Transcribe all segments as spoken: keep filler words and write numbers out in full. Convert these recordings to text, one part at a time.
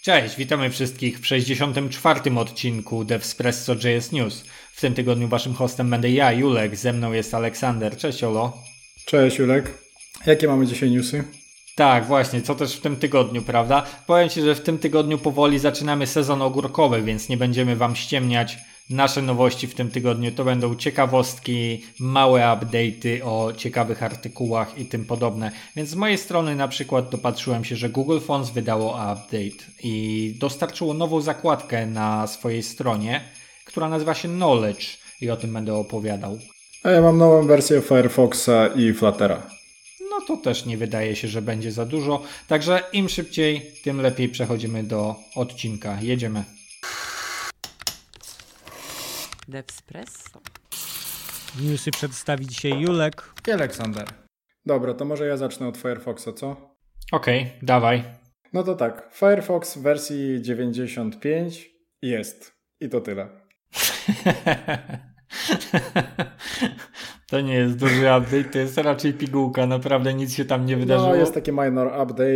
Cześć, witamy wszystkich w sześćdziesiątym czwartym odcinku Devspresso J S News. W tym tygodniu waszym hostem będę ja, Julek, ze mną jest Aleksander. Cześć, Olo. Cześć, Julek. Jakie mamy dzisiaj newsy? Tak, właśnie, co też w tym tygodniu, prawda? Powiem ci, że w tym tygodniu powoli zaczynamy sezon ogórkowy, więc nie będziemy wam ściemniać. Nasze nowości w tym tygodniu to będą ciekawostki, małe update'y o ciekawych artykułach i tym podobne. Więc z mojej strony na przykład dopatrzyłem się, że Google Fonts wydało update i dostarczyło nową zakładkę na swojej stronie, która nazywa się Knowledge i o tym będę opowiadał. A ja mam nową wersję Firefoxa i Fluttera. No to też nie wydaje się, że będzie za dużo. Także im szybciej, tym lepiej przechodzimy do odcinka. Jedziemy. Devspresso. Newsy przedstawi dzisiaj Julek i Aleksander. Dobra, to może ja zacznę od Firefoxa, co? Okej, okay, dawaj. No to tak, Firefox w wersji dziewięćdziesiąt pięć jest. I to tyle. To nie jest duży update, to jest raczej pigułka, naprawdę nic się tam nie wydarzyło. No, jest taki minor update,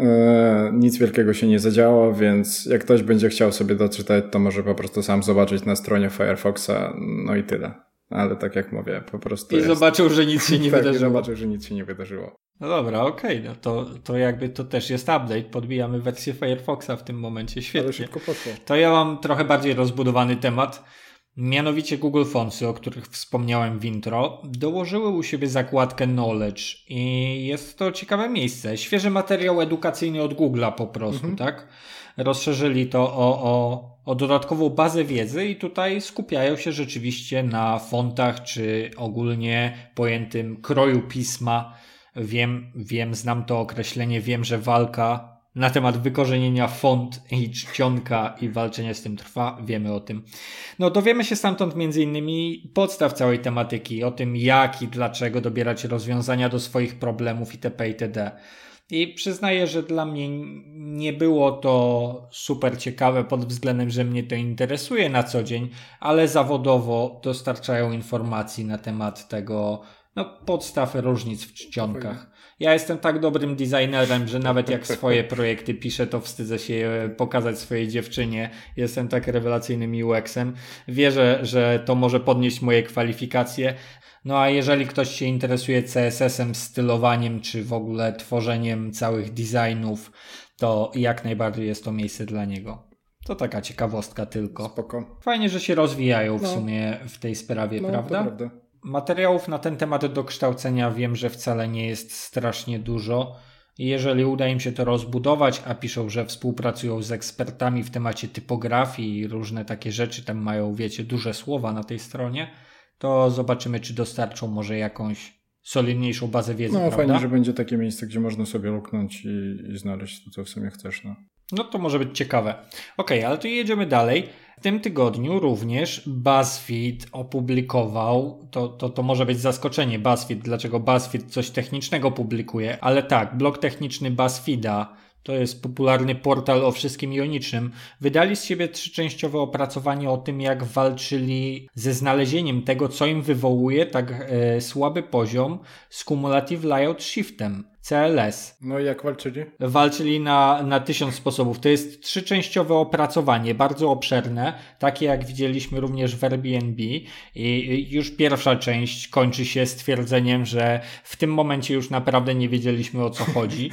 yy, nic wielkiego się nie zadziało, więc jak ktoś będzie chciał sobie doczytać, to może po prostu sam zobaczyć na stronie Firefoxa, no i tyle. Ale tak jak mówię, po prostu I jest... zobaczył, że nic się nie tak, wydarzyło. I zobaczył, że nic się nie wydarzyło. No dobra, okej, okay, no to, to jakby to też jest update, podbijamy wersję Firefoxa w tym momencie, świetnie. Ale szybko poszło. To ja mam trochę bardziej rozbudowany temat. Mianowicie Google Fontsy, o których wspomniałem w intro, dołożyły u siebie zakładkę Knowledge i jest to ciekawe miejsce. Świeży materiał edukacyjny od Google'a po prostu, mhm. tak? Rozszerzyli to o, o, o dodatkową bazę wiedzy i tutaj skupiają się rzeczywiście na fontach czy ogólnie pojętym kroju pisma. Wiem, wiem, znam to określenie, wiem, że walka na temat wykorzenienia font i czcionka i walczenia z tym trwa, wiemy o tym. No dowiemy się stamtąd między innymi podstaw całej tematyki, o tym jak i dlaczego dobierać rozwiązania do swoich problemów itp. itd. I przyznaję, że dla mnie nie było to super ciekawe pod względem, że mnie to interesuje na co dzień, ale zawodowo dostarczają informacji na temat tego, no podstaw różnic w czcionkach. Ja jestem tak dobrym designerem, że nawet jak swoje projekty piszę, to wstydzę się pokazać swojej dziewczynie. Jestem tak rewelacyjnym U X-em. Wierzę, że to może podnieść moje kwalifikacje. No a jeżeli ktoś się interesuje C S S-em, stylowaniem, czy w ogóle tworzeniem całych designów, to jak najbardziej jest to miejsce dla niego. To taka ciekawostka tylko. Spoko. Fajnie, że się rozwijają w no. sumie w tej sprawie, no, prawda? To prawda. Materiałów na ten temat do kształcenia wiem, że wcale nie jest strasznie dużo. Jeżeli uda im się to rozbudować, a piszą, że współpracują z ekspertami w temacie typografii i różne takie rzeczy, tam mają, wiecie, duże słowa na tej stronie, to zobaczymy, czy dostarczą może jakąś solidniejszą bazę wiedzy, no, prawda? Fajnie, że będzie takie miejsce, gdzie można sobie luknąć i, i znaleźć to, co w sumie chcesz. No, no to może być ciekawe. Okej, okay, ale to jedziemy dalej. W tym tygodniu również BuzzFeed opublikował, to, to, to może być zaskoczenie BuzzFeed, dlaczego BuzzFeed coś technicznego publikuje, ale tak, blog techniczny BuzzFeeda, to jest popularny portal o wszystkim ionicznym, wydali z siebie trzyczęściowe opracowanie o tym, jak walczyli ze znalezieniem tego, co im wywołuje tak e, słaby poziom z Cumulative Layout Shiftem, C L S. No i jak walczyli? Walczyli na, na tysiąc sposobów. To jest trzyczęściowe opracowanie, bardzo obszerne, takie jak widzieliśmy również w Airbnb i już pierwsza część kończy się stwierdzeniem, że w tym momencie już naprawdę nie wiedzieliśmy, o co chodzi.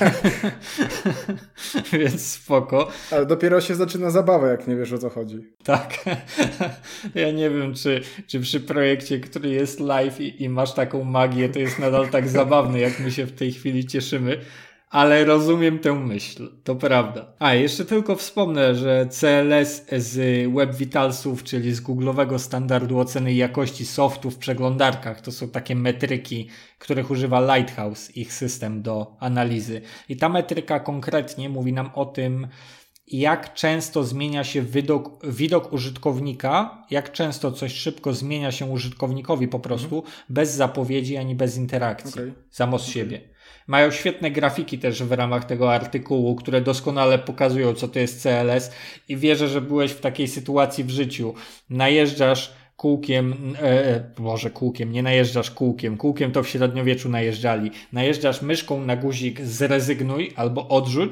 Więc spoko. Ale dopiero się zaczyna zabawa, jak nie wiesz, o co chodzi. Tak. Ja nie wiem, czy, czy przy projekcie, który jest live i, i masz taką magię, to jest nadal tak zabawne, jak my się w tej chwili cieszymy, ale rozumiem tę myśl, to prawda. A, jeszcze tylko wspomnę, że C L S z Web Vitalsów, czyli z Google'owego standardu oceny jakości softu w przeglądarkach, to są takie metryki, których używa Lighthouse, ich system do analizy. I ta metryka konkretnie mówi nam o tym, jak często zmienia się widok, widok użytkownika, jak często coś szybko zmienia się użytkownikowi po prostu, mhm. bez zapowiedzi ani bez interakcji, okay. samo z okay. siebie. Mają świetne grafiki też w ramach tego artykułu, które doskonale pokazują, co to jest C L S i wierzę, że byłeś w takiej sytuacji w życiu. Najeżdżasz kółkiem, e, może kółkiem, nie najeżdżasz kółkiem, kółkiem to w średniowieczu najeżdżali. Najeżdżasz myszką na guzik zrezygnuj albo odrzuć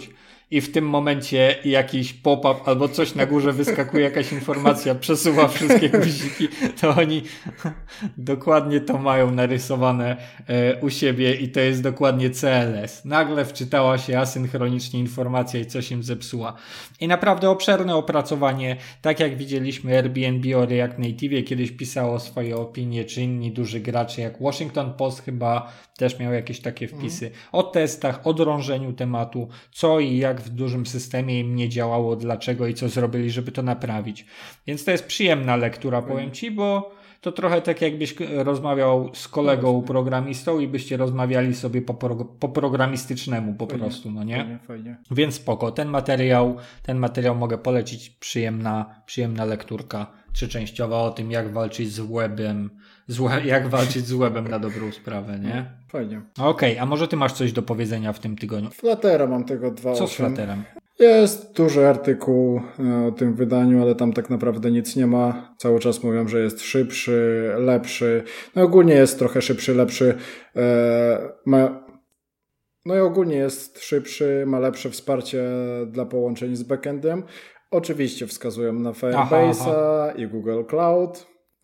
i w tym momencie jakiś pop-up albo coś na górze wyskakuje, jakaś informacja, przesuwa wszystkie guziki, to oni dokładnie to mają narysowane e, u siebie i to jest dokładnie C L S. Nagle wczytała się asynchronicznie informacja i coś im zepsuła. I naprawdę obszerne opracowanie, tak jak widzieliśmy Airbnb o React Native kiedyś pisało swoje opinie, czy inni duży gracze jak Washington Post chyba też miał jakieś takie wpisy. Mm. O testach, o drążeniu tematu, co i jak w dużym systemie im nie działało, dlaczego i co zrobili, żeby to naprawić. Więc to jest przyjemna lektura, mm. powiem Ci, bo to trochę tak jakbyś rozmawiał z kolegą programistą i byście rozmawiali sobie po, pro, po programistycznemu po fajnie, prostu, no nie? Fajnie, fajnie. Więc spoko, ten materiał, ten materiał mogę polecić, przyjemna, przyjemna lekturka trzyczęściowa o tym, jak walczyć z webem, z we, jak walczyć z webem na dobrą sprawę, nie? Fajnie. Okej, okay, a może ty masz coś do powiedzenia w tym tygodniu? Fluttera mam tego dwa. Co z Flutterem? Jest duży artykuł o tym wydaniu, ale tam tak naprawdę nic nie ma. Cały czas mówią, że jest szybszy, lepszy. No ogólnie jest trochę szybszy, lepszy. E, ma... No i ogólnie jest szybszy, ma lepsze wsparcie dla połączeń z backendem. Oczywiście wskazują na Firebase'a i Google Cloud.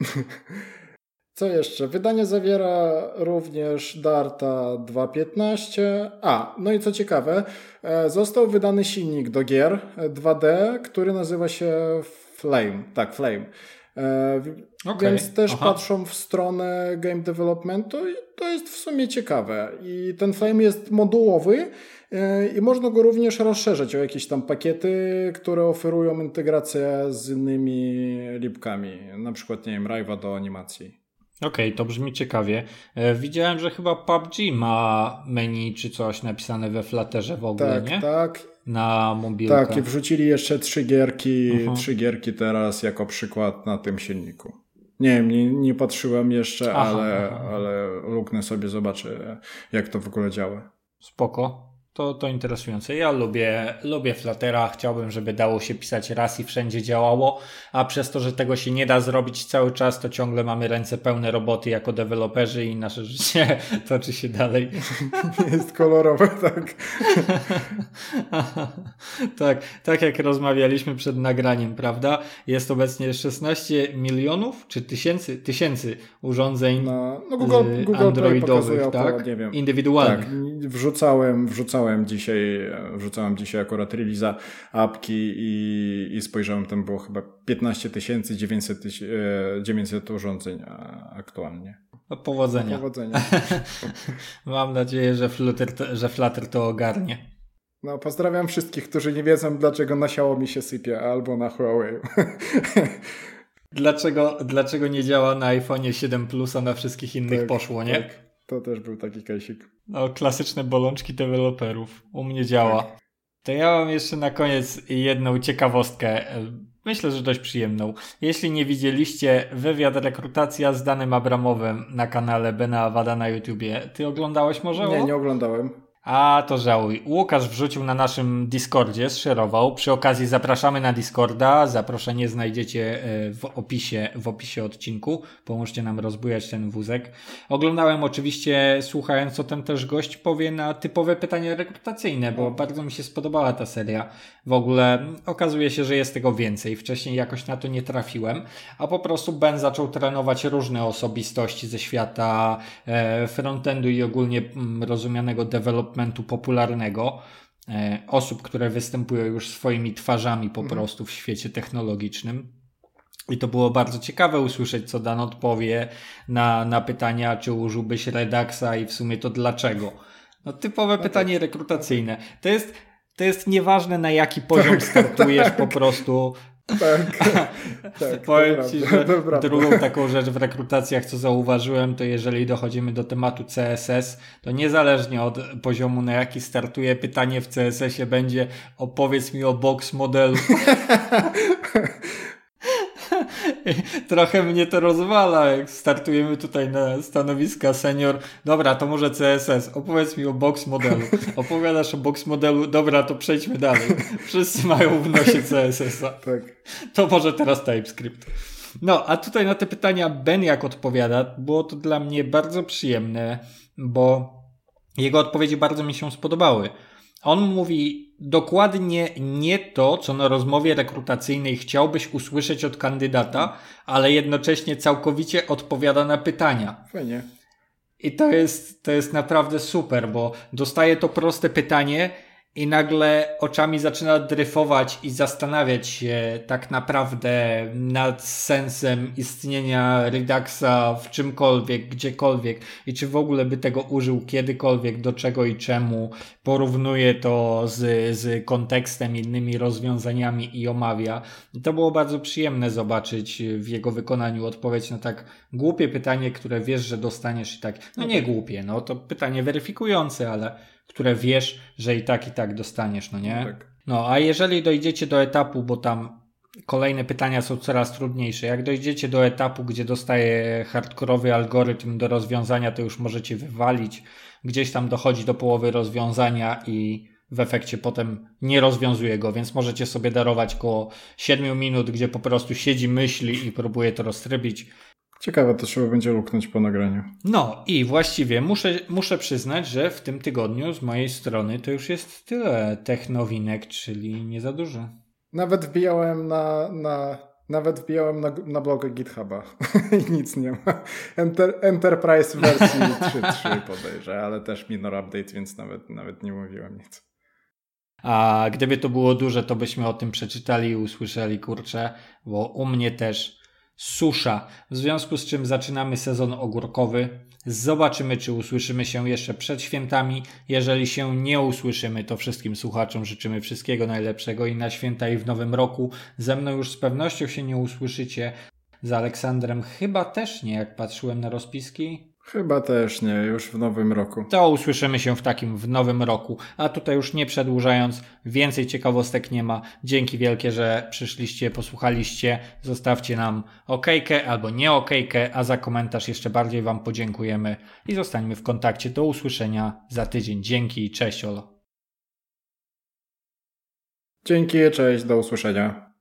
Co jeszcze? Wydanie zawiera również Darta dwa piętnaście. A, no i co ciekawe, został wydany silnik do gier dwa D, który nazywa się Flame. Tak, Flame. Okay. Więc też Aha. patrzą w stronę game developmentu i to jest w sumie ciekawe. I ten Flame jest modułowy i można go również rozszerzyć o jakieś tam pakiety, które oferują integrację z innymi lipkami. Na przykład, nie wiem, Rive'a do animacji. Okej, okay, to brzmi ciekawie. E, widziałem, że chyba P U B G ma menu czy coś napisane we Flutterze w ogóle, tak, nie? Tak, na mobilkę. Tak, i wrzucili jeszcze trzy gierki, uh-huh. trzy gierki teraz jako przykład na tym silniku. Nie wiem, nie, nie patrzyłem jeszcze, aha, ale, aha. ale luknę sobie, zobaczę, jak to w ogóle działa. Spoko. To, to interesujące. Ja lubię, lubię Fluttera, chciałbym, żeby dało się pisać raz i wszędzie działało, a przez to, że tego się nie da zrobić cały czas, to ciągle mamy ręce pełne roboty jako deweloperzy i nasze życie toczy się dalej. Jest kolorowe, tak. tak, tak jak rozmawialiśmy przed nagraniem, prawda? Jest obecnie szesnaście milionów czy tysięcy, tysięcy urządzeń no, no Google, Google androidowych, Play tak? Około, nie wiem. Indywidualnych. Tak, wrzucałem, wrzucałem dzisiaj, wrzucałem dzisiaj akurat release'a apki i, i spojrzałem, tam było chyba piętnaście tysięcy dziewięćset urządzeń aktualnie. No, powodzenia. Powodzenia. Mam nadzieję, że Flutter, to, że Flutter to ogarnie. No, pozdrawiam wszystkich, którzy nie wiedzą, dlaczego na Xiaomi się sypie albo na Huawei. Dlaczego, dlaczego nie działa na iPhone'ie siedem Plus, a na wszystkich innych tak, poszło, nie? Tak. To też był taki kajsik. No, klasyczne bolączki deweloperów. U mnie działa. Tak. To ja mam jeszcze na koniec jedną ciekawostkę. Myślę, że dość przyjemną. Jeśli nie widzieliście wywiad rekrutacja z Danem Abramowem na kanale Bena Awada na YouTubie, ty oglądałeś może? Nie, nie oglądałem. A, to żałuj. Łukasz wrzucił na naszym Discordzie, zszerował. Przy okazji zapraszamy na Discorda. Zaproszenie znajdziecie w opisie, w opisie odcinku. Pomóżcie nam rozbujać ten wózek. Oglądałem oczywiście, słuchając, co ten też gość powie na typowe pytania rekrutacyjne, bo bardzo mi się spodobała ta seria. W ogóle okazuje się, że jest tego więcej. Wcześniej jakoś na to nie trafiłem, a po prostu Ben zaczął trenować różne osobistości ze świata frontendu i ogólnie rozumianego developmentu popularnego, e, osób, które występują już swoimi twarzami po mhm. prostu w świecie technologicznym. I to było bardzo ciekawe usłyszeć, co Dan odpowie na, na pytania, czy użyłbyś Redaxa i w sumie to dlaczego. No typowe pytanie rekrutacyjne. To jest, to jest nieważne, na jaki poziom startujesz, po prostu. Tak, tak. Powiem Ci, że drugą taką rzecz w rekrutacjach, co zauważyłem, to jeżeli dochodzimy do tematu C S S, to niezależnie od poziomu, na jaki startuje, pytanie w C S S ie będzie: opowiedz mi o box modelu. Trochę mnie to rozwala, jak startujemy tutaj na stanowiska senior. Dobra, to może C S S. Opowiedz mi o box modelu. Opowiadasz o box modelu. Dobra, to przejdźmy dalej. Wszyscy mają w nosie C S S a. Tak. To może teraz TypeScript. No, a tutaj na te pytania Ben jak odpowiada, było to dla mnie bardzo przyjemne, bo jego odpowiedzi bardzo mi się spodobały. On mówi dokładnie nie to, co na rozmowie rekrutacyjnej chciałbyś usłyszeć od kandydata, ale jednocześnie całkowicie odpowiada na pytania. Fajnie. I to jest, to jest naprawdę super, bo dostaje to proste pytanie i nagle oczami zaczyna dryfować i zastanawiać się tak naprawdę nad sensem istnienia Reduxa w czymkolwiek, gdziekolwiek i czy w ogóle by tego użył kiedykolwiek, do czego i czemu. Porównuje to z, z kontekstem, innymi rozwiązaniami i omawia. I to było bardzo przyjemne zobaczyć w jego wykonaniu odpowiedź na tak głupie pytanie, które wiesz, że dostaniesz i tak, no nie głupie, no to pytanie weryfikujące, ale które wiesz, że i tak, i tak dostaniesz, no nie? No, tak. No, a jeżeli dojdziecie do etapu, bo tam kolejne pytania są coraz trudniejsze, jak dojdziecie do etapu, gdzie dostaje hardkorowy algorytm do rozwiązania, to już możecie wywalić, gdzieś tam dochodzi do połowy rozwiązania i w efekcie potem nie rozwiązuje go, więc możecie sobie darować koło siedmiu minut, gdzie po prostu siedzi, myśli i próbuje to roztrybić. Ciekawe, to trzeba będzie luknąć po nagraniu. No i właściwie muszę, muszę przyznać, że w tym tygodniu z mojej strony to już jest tyle tech nowinek, czyli nie za dużo. Nawet wbijałem na, na, nawet wbijałem na, na bloga GitHuba i nic nie ma. Enter, Enterprise wersji trzy trzy podejrzę, ale też minor update, więc nawet, nawet nie mówiłem nic. A gdyby to było duże, to byśmy o tym przeczytali i usłyszeli, kurczę, bo u mnie też susza, w związku z czym zaczynamy sezon ogórkowy. Zobaczymy, czy usłyszymy się jeszcze przed świętami. Jeżeli się nie usłyszymy, to wszystkim słuchaczom życzymy wszystkiego najlepszego i na święta i w nowym roku. Ze mną już z pewnością się nie usłyszycie. Z Aleksandrem chyba też nie, jak patrzyłem na rozpiski. Chyba też nie, już w nowym roku. To usłyszymy się w takim w nowym roku. A tutaj już nie przedłużając, więcej ciekawostek nie ma. Dzięki wielkie, że przyszliście, posłuchaliście. Zostawcie nam okejkę albo nie okejkę, a za komentarz jeszcze bardziej wam podziękujemy i zostańmy w kontakcie. Do usłyszenia za tydzień. Dzięki i cześć, Olo. Dzięki, cześć, do usłyszenia.